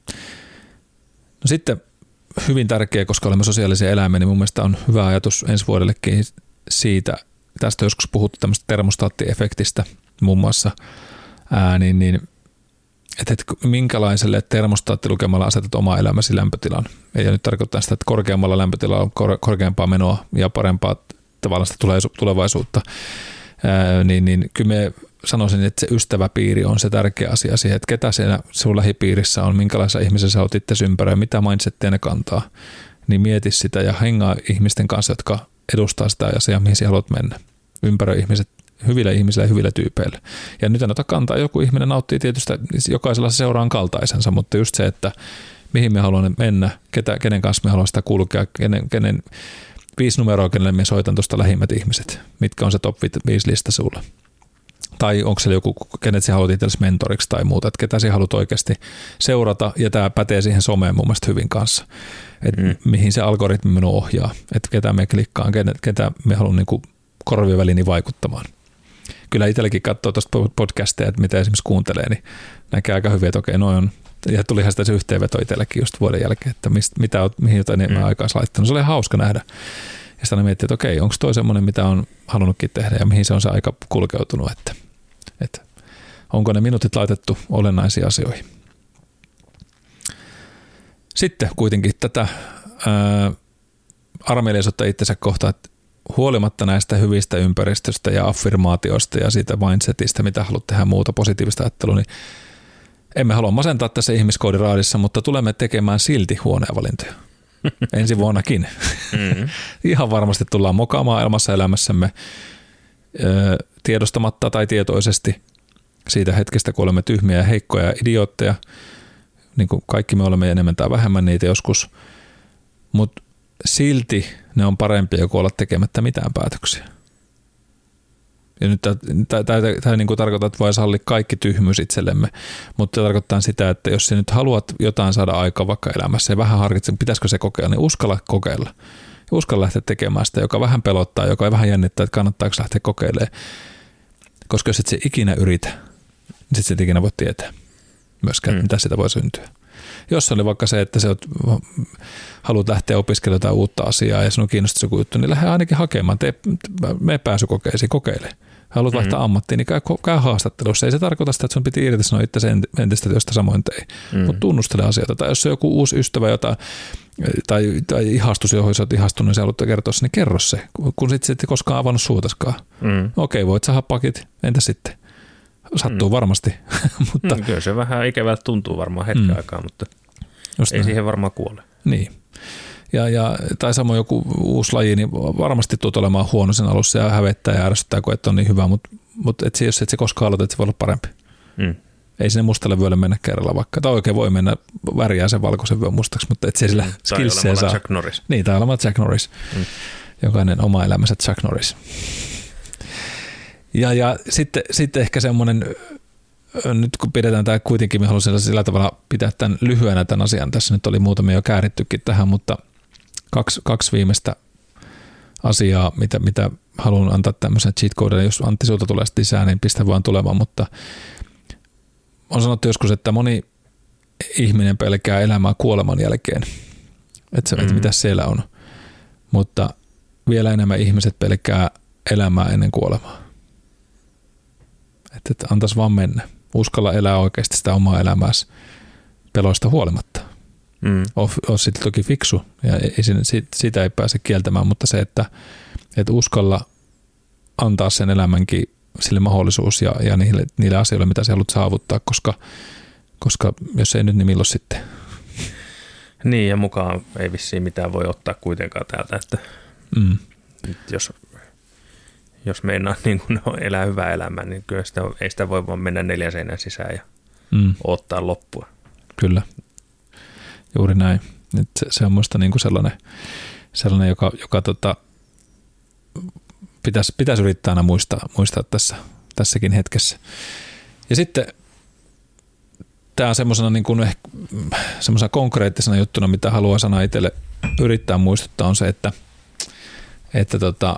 No sitten hyvin tärkeä, koska olemme sosiaalisia eläimiä, niin mun mielestä on hyvä ajatus ensi vuodellekin siitä, tästä joskus puhuttu tämmöistä termostaattiefektistä muun muassa, ää, niin, niin, että et minkälaiselle termostaattilukemalla asetat oma elämäsi lämpötilan. Ei nyt tarkoittaa sitä, että korkeammalla lämpötilalla on kor- korkeampaa menoa ja parempaa tavallaan sitä tulevaisuutta, ää, niin, niin kyllä me sanoisin, että se ystäväpiiri on se tärkeä asia siihen, että ketä siinä sun lähipiirissä on, minkälaisia ihmisiä sä oot itse ympäröi, mitä mindsettiä ne kantaa, niin mieti sitä ja hengaa ihmisten kanssa, jotka edustaa sitä asiaa, mihin sä haluat mennä. Ympäröi ihmiset hyvillä ihmisillä ja hyvillä tyypeillä. Ja nyt en ota kantaa, joku ihminen nauttii tietysti, jokaisella se seuraa kaltaisensa, mutta just se, että mihin me haluamme mennä, ketä, kenen kanssa me haluamme sitä kulkea, kenen, kenen viisi numeroa, kenelle me soitan tuosta lähimmät ihmiset, mitkä on se top viisi lista sulle. Tai onko se joku, kenet sä haluat itsellesi mentoriksi tai muuta, että ketä sä haluat oikeasti seurata, ja tämä pätee siihen someen mun mielestä hyvin kanssa, että mm. mihin se algoritmi minua ohjaa, että ketä me klikkaan, ketä me haluan niin korvien väliin vaikuttamaan. Kyllä itselläkin katsoo tuosta podcasteja, että mitä esimerkiksi kuuntelee, niin näkee aika hyvin, että okei, noin on, ja tulihan sitä se yhteenveto itselläkin just vuoden jälkeen, että mistä, mitä olet, mihin jotain enemmän mm. aikaa laittanut. Se oli hauska nähdä. Ja sitten miettii, että okei, onko toi semmoinen, mitä on halunnutkin tehdä, ja mihin se on se aika kulkeutunut, että että onko ne minuutit laitettu olennaisiin asioihin. Sitten kuitenkin tätä ää, armeliaisuutta itsensä kohtaan, että huolimatta näistä hyvistä ympäristöstä ja affirmaatioista ja siitä mindsetistä, mitä haluat tehdä muuta positiivista ajattelua, niin emme halua masentaa tässä ihmiskoodiraadissa, mutta tulemme tekemään silti huonoja valintoja. ensi vuonnakin. Mm-hmm. Ihan varmasti tullaan mokaamaan elämässä elämässämme ö, tiedostamatta tai tietoisesti siitä hetkestä, kun olemme tyhmiä ja heikkoja ja idiootteja. Niin kuin kaikki me olemme enemmän tai vähemmän niitä joskus. Mutta silti ne on parempia kuin olla tekemättä mitään päätöksiä. Ja nyt tämä niin tarkoittaa, että voi sallia kaikki tyhmyys itsellemme, mutta se tarkoittaa sitä, että jos sä nyt haluat jotain saada aikaa vaikka elämässä ja vähän harkitset, pitäisikö se kokeilla, niin uskalla kokeilla. Uskalla lähteä tekemään sitä, joka vähän pelottaa, joka vähän jännittää, että kannattaako lähteä kokeilemaan. Koska jos et se ikinä yritä, niin sitten et ikinä voi tietää myöskään, mm. mitä sitä voi syntyä. Jos se oli vaikka se, että sä haluat lähteä opiskelemaan jotain uutta asiaa ja sinun kiinnostaa joku juttu, niin lähde ainakin hakemaan. Tee, me pääsykokeisiin, kokeile. Haluat vaihtaa mm-hmm. ammattiin, niin käy, käy haastattelussa. Ei se tarkoita sitä, että sun piti irtisanoa itse entistä työstä samoin tein. Mm-hmm. Mutta tunnustele asioita. Tai jos on joku uusi ystävä, jota, tai, tai ihastus, johon sä oot ihastunut, niin sä haluat kertoa se, niin kerro se. Kun sit, sit koskaan avannut suutaskaan. Mm-hmm. Okei, voit saada pakit. Entä sitten? Sattuu mm. varmasti. mutta mm, kyllä se vähän ikävältä tuntuu varmaan hetken mm. aikaa, mutta Just ei näin. Siihen varmaan kuole. Niin. Ja, ja, tai samoin joku uusi laji, niin varmasti tulet olemaan huono sen alussa ja hävettää ja ärsyttää, kun et ole niin hyvä, mutta, mutta et, jos et se koskaan aloita, että se voi olla parempi. Mm. Ei sinne mustalle vyölle mennä kerralla vaikka. Tai oikein voi mennä väriään sen valkoisen vyön mustaksi, mutta et se sillä mm. skillseen saa. Chuck Norris. Niin, tai olemaan Chuck Norris. Mm. Jokainen oma elämänsä Chuck Norris. Ja, ja sitten, sitten ehkä semmoinen, nyt kun pidetään tämä kuitenkin, me haluaisin sillä tavalla pitää tämän lyhyenä tämän asian. Tässä nyt oli muutamia jo käärittykin tähän, mutta kaksi, kaksi viimeistä asiaa, mitä, mitä haluan antaa tämmöisen cheat codelle. Jos Antti sulta tulee lisää, niin pistä vaan tulemaan, mutta on sanottu joskus, että moni ihminen pelkää elämää kuoleman jälkeen, että, se, mm-hmm. että mitä siellä on, mutta vielä enemmän ihmiset pelkää elämää ennen kuolemaa. Että, että antaisi vaan mennä. Uskalla elää oikeasti sitä omaa elämääsi peloista huolimatta. Mm. Oot sitten toki fiksu ja ei, sitä ei pääse kieltämään, mutta se, että, että uskalla antaa sen elämänkin sille mahdollisuus ja, ja niille, niille asioille, mitä sä haluat saavuttaa, koska, koska jos ei nyt, niin milloin sitten? Niin, ja mukaan ei vissiin mitään voi ottaa kuitenkaan täältä, että mm. jos, jos meinaa niin kun elää hyvää elämää, niin kyllä sitä, ei sitä voi vaan mennä neljän seinän sisään ja mm. odottaa loppua. Kyllä, juuri näin. Se, se on musta niin kuin sellainen, sellainen, joka, joka tota, pitäisi, pitäisi yrittää aina muistaa, muistaa tässä, tässäkin hetkessä. Ja sitten tämä on semmoisena niin kuin ehkä, semmoisena konkreettisena juttuna, mitä haluaa sanoa itselle yrittää muistuttaa, on se, että, että tota,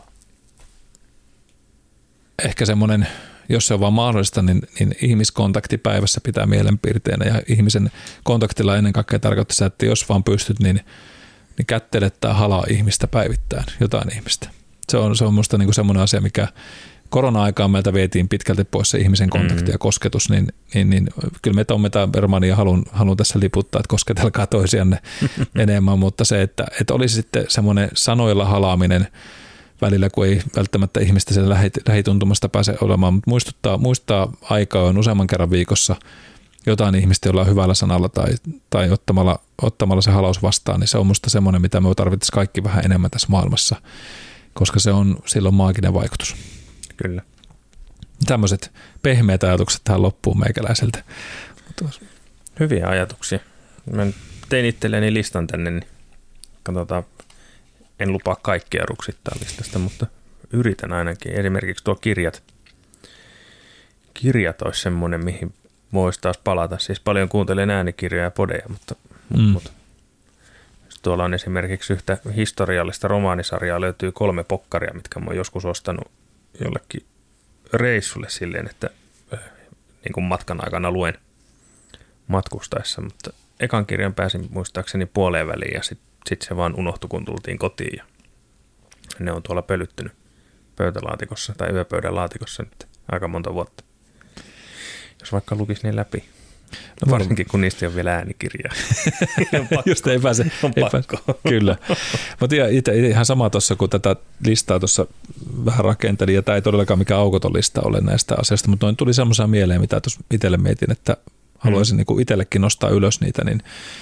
ehkä semmoinen, jos se on vaan mahdollista, niin, niin ihmiskontakti päivässä pitää mielenpiirteenä ja ihmisen kontaktilla ennen kaikkea tarkoittaa se, että jos vaan pystyt, niin, niin kättele tai halaa ihmistä päivittäin, jotain ihmistä. Se on, se on musta niin kuin semmoinen asia, mikä korona-aikaan meiltä vietiin pitkälti pois se ihmisen kontakti ja kosketus, niin, niin, niin kyllä me Tommi Berman ja haluan, haluan tässä liputtaa, että kosketelkaa toisianne enemmän, mutta se, että, että olisi sitten semmoinen sanoilla halaaminen välillä, kun ei välttämättä ihmistä sen lähituntumasta pääse olemaan, mutta muistuttaa, muistaa aikaa on useamman kerran viikossa jotain ihmistä, jolla on hyvällä sanalla tai, tai ottamalla, ottamalla se halaus vastaan, niin se on musta semmoinen, mitä me tarvittaisiin kaikki vähän enemmän tässä maailmassa, koska se on silloin maaginen vaikutus. Kyllä. Tämmöiset pehmeät ajatukset tähän loppuun meikäläiseltä. Hyviä ajatuksia. Mä tein itselleni listan tänne, niin katsotaan, en lupaa kaikkia ruksittaa listasta, mutta yritän ainakin. Esimerkiksi tuo kirjat. Kirjat olisi semmoinen, mihin voisi taas palata. Siis paljon kuuntelen äänikirjoja ja podeja, mutta, mm. mutta tuolla on esimerkiksi yhtä historiallista romaanisarjaa, löytyy kolme pokkaria, mitkä mä oon joskus ostanut jollekin reissulle silleen, että niin kuin matkan aikana luen matkustaessa, mutta ekan kirjan pääsin muistaakseni puoleen väliin ja sitten sit se vaan unohtui, kun tultiin kotiin ja ne on tuolla pölyttynyt pöytälaatikossa tai yöpöydän laatikossa nyt aika monta vuotta. Jos vaikka lukisi ne läpi. No varsinkin, kun niistä on vielä äänikirjaa. Just ei pääse. On ei pakko. Pääse. Kyllä. Mutta itse ihan sama tuossa, kun tätä listaa tuossa vähän rakentelin, ja tämä ei todellakaan mikään aukoton lista ole näistä asioista, mutta noin tuli semmoisia mieleen, mitä tuossa itselle mietin, että haluaisin mm. niin itsellekin nostaa ylös niitä, niin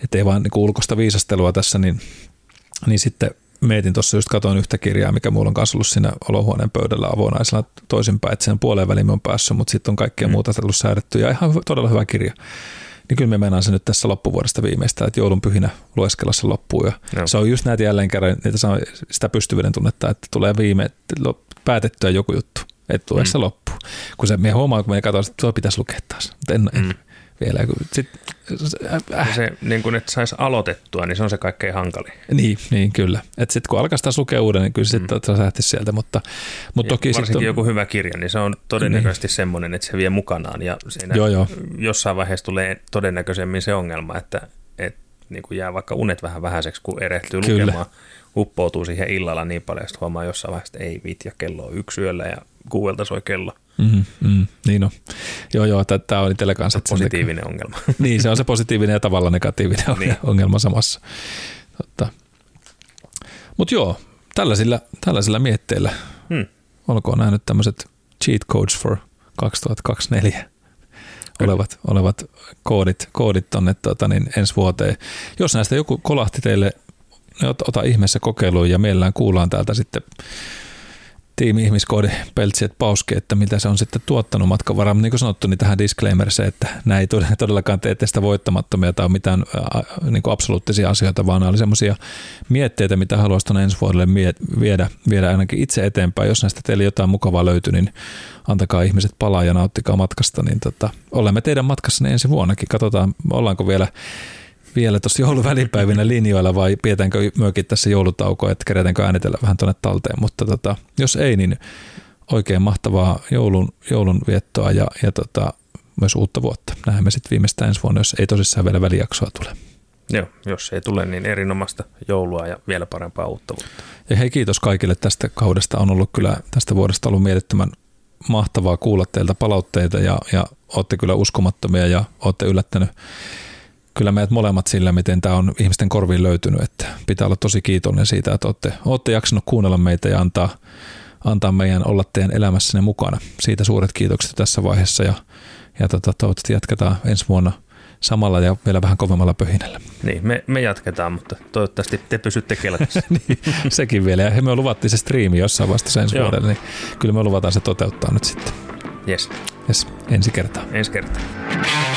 ettei vaan niin ulkoista viisastelua tässä, niin, niin sitten mietin tuossa just katoin yhtä kirjaa, mikä mulla on kanssa ollut siinä olohuoneen pöydällä avonaisella toisinpäin, että sen puoleen väliin on päässyt, mutta sitten on kaikkea mm. muuta tullut säädetty ja ihan todella hyvä kirja. Niin kyllä me meinaan se nyt tässä loppuvuodesta viimeistään, että joulun pyhinä lueskella se loppuun. Ja no. Se on just näitä jälleen kerran, niitä saa sitä pystyvyyden tunnetta, että tulee viime, että päätettyä joku juttu, että lue mm. se loppuun. Kun se, me huomaa, kun me katsotaan, että tuo pitäisi lukea taas, mutta en, en mm. vielä. Sit, äh. Se, niin kun et saisi aloitettua, niin se on se kaikkein hankalin. Niin, niin kyllä. Että sitten kun alkaa taas lukea uuden, niin kyllä mm. sitten lähtisi sieltä. Mutta, mutta toki varsinkin on, joku hyvä kirja, niin se on todennäköisesti niin. semmoinen, että se vie mukanaan. Ja siinä joo, joo. jossain vaiheessa tulee todennäköisemmin se ongelma, että, että niin kuin jää vaikka unet vähän vähäiseksi, kun erehtyy kyllä. lukemaan. Uppoutuu siihen illalla niin paljon, että huomaa jossain vaiheessa, että ei viit, ja kello on yksi yöllä ja kuuelta soi kello. Mm, mm, niin on. Joo, joo, tämä on itsellä kanssa. Positiivinen ongelma. Niin, se on se positiivinen ja tavallaan negatiivinen niin. ongelma samassa. Mutta joo, tällaisilla, tällaisilla mietteillä hmm. olkoon nämä nyt tämmöiset cheat codes for kaksituhattakaksikymmentäneljä olevat, olevat koodit, koodit tonne tota, niin ensi vuoteen. Jos näistä joku kolahti teille, niin ota ihmeessä kokeiluun ja mielellään kuullaan täältä sitten tiimi ihmiskoodi peltsiet pauske, että mitä se on sitten tuottanut matkan varaan. Niin kuin sanottu, niin tähän disclaimer se, että nämä ei todellakaan tee teistä voittamattomia tai mitään niin kuin absoluuttisia asioita, vaan nämä oli semmoisia mietteitä, mitä haluaisit tuonne ensi vuodelle viedä, viedä ainakin itse eteenpäin. Jos näistä teille jotain mukavaa löytyy, niin antakaa ihmiset palaa ja nauttikaa matkasta. Niin tota, olemme teidän matkassanne ensi vuonnakin. Katsotaan, ollaanko vielä vielä tuossa jouluvälipäivinä linjoilla vai pidetäänkö myökin tässä joulutaukoa, että kerätäänkö äänitellä vähän tuonne talteen, mutta tota, jos ei, niin oikein mahtavaa joulun, joulun viettoa ja, ja tota, myös uutta vuotta. Nähdään me sitten viimeistään ensi vuonna, jos ei tosissaan vielä välijaksoa tule. Joo, jos ei tule, niin erinomaista joulua ja vielä parempaa uutta vuotta. Ja hei, kiitos kaikille tästä kaudesta. On ollut kyllä tästä vuodesta ollut mielettömän mahtavaa kuulla teiltä palautteita ja, ja olette kyllä uskomattomia ja olette yllättänyt kyllä meidät molemmat sillä, miten tämä on ihmisten korviin löytynyt, että pitää olla tosi kiitollinen siitä, että olette, olette jaksanut kuunnella meitä ja antaa, antaa meidän olla teidän elämässänne mukana. Siitä suuret kiitokset tässä vaiheessa ja, ja tota, toivottavasti jatketaan ensi vuonna samalla ja vielä vähän kovemmalla pöhinällä. Niin, me, me jatketaan, mutta toivottavasti te pysytte kelkassa. Niin, sekin vielä. Ja me luvattiin se striimi jossain vasta ensi vuodelle, niin kyllä me luvataan se toteuttaa nyt sitten. Yes. Yes, ensi kertaa. Ensi kertaa.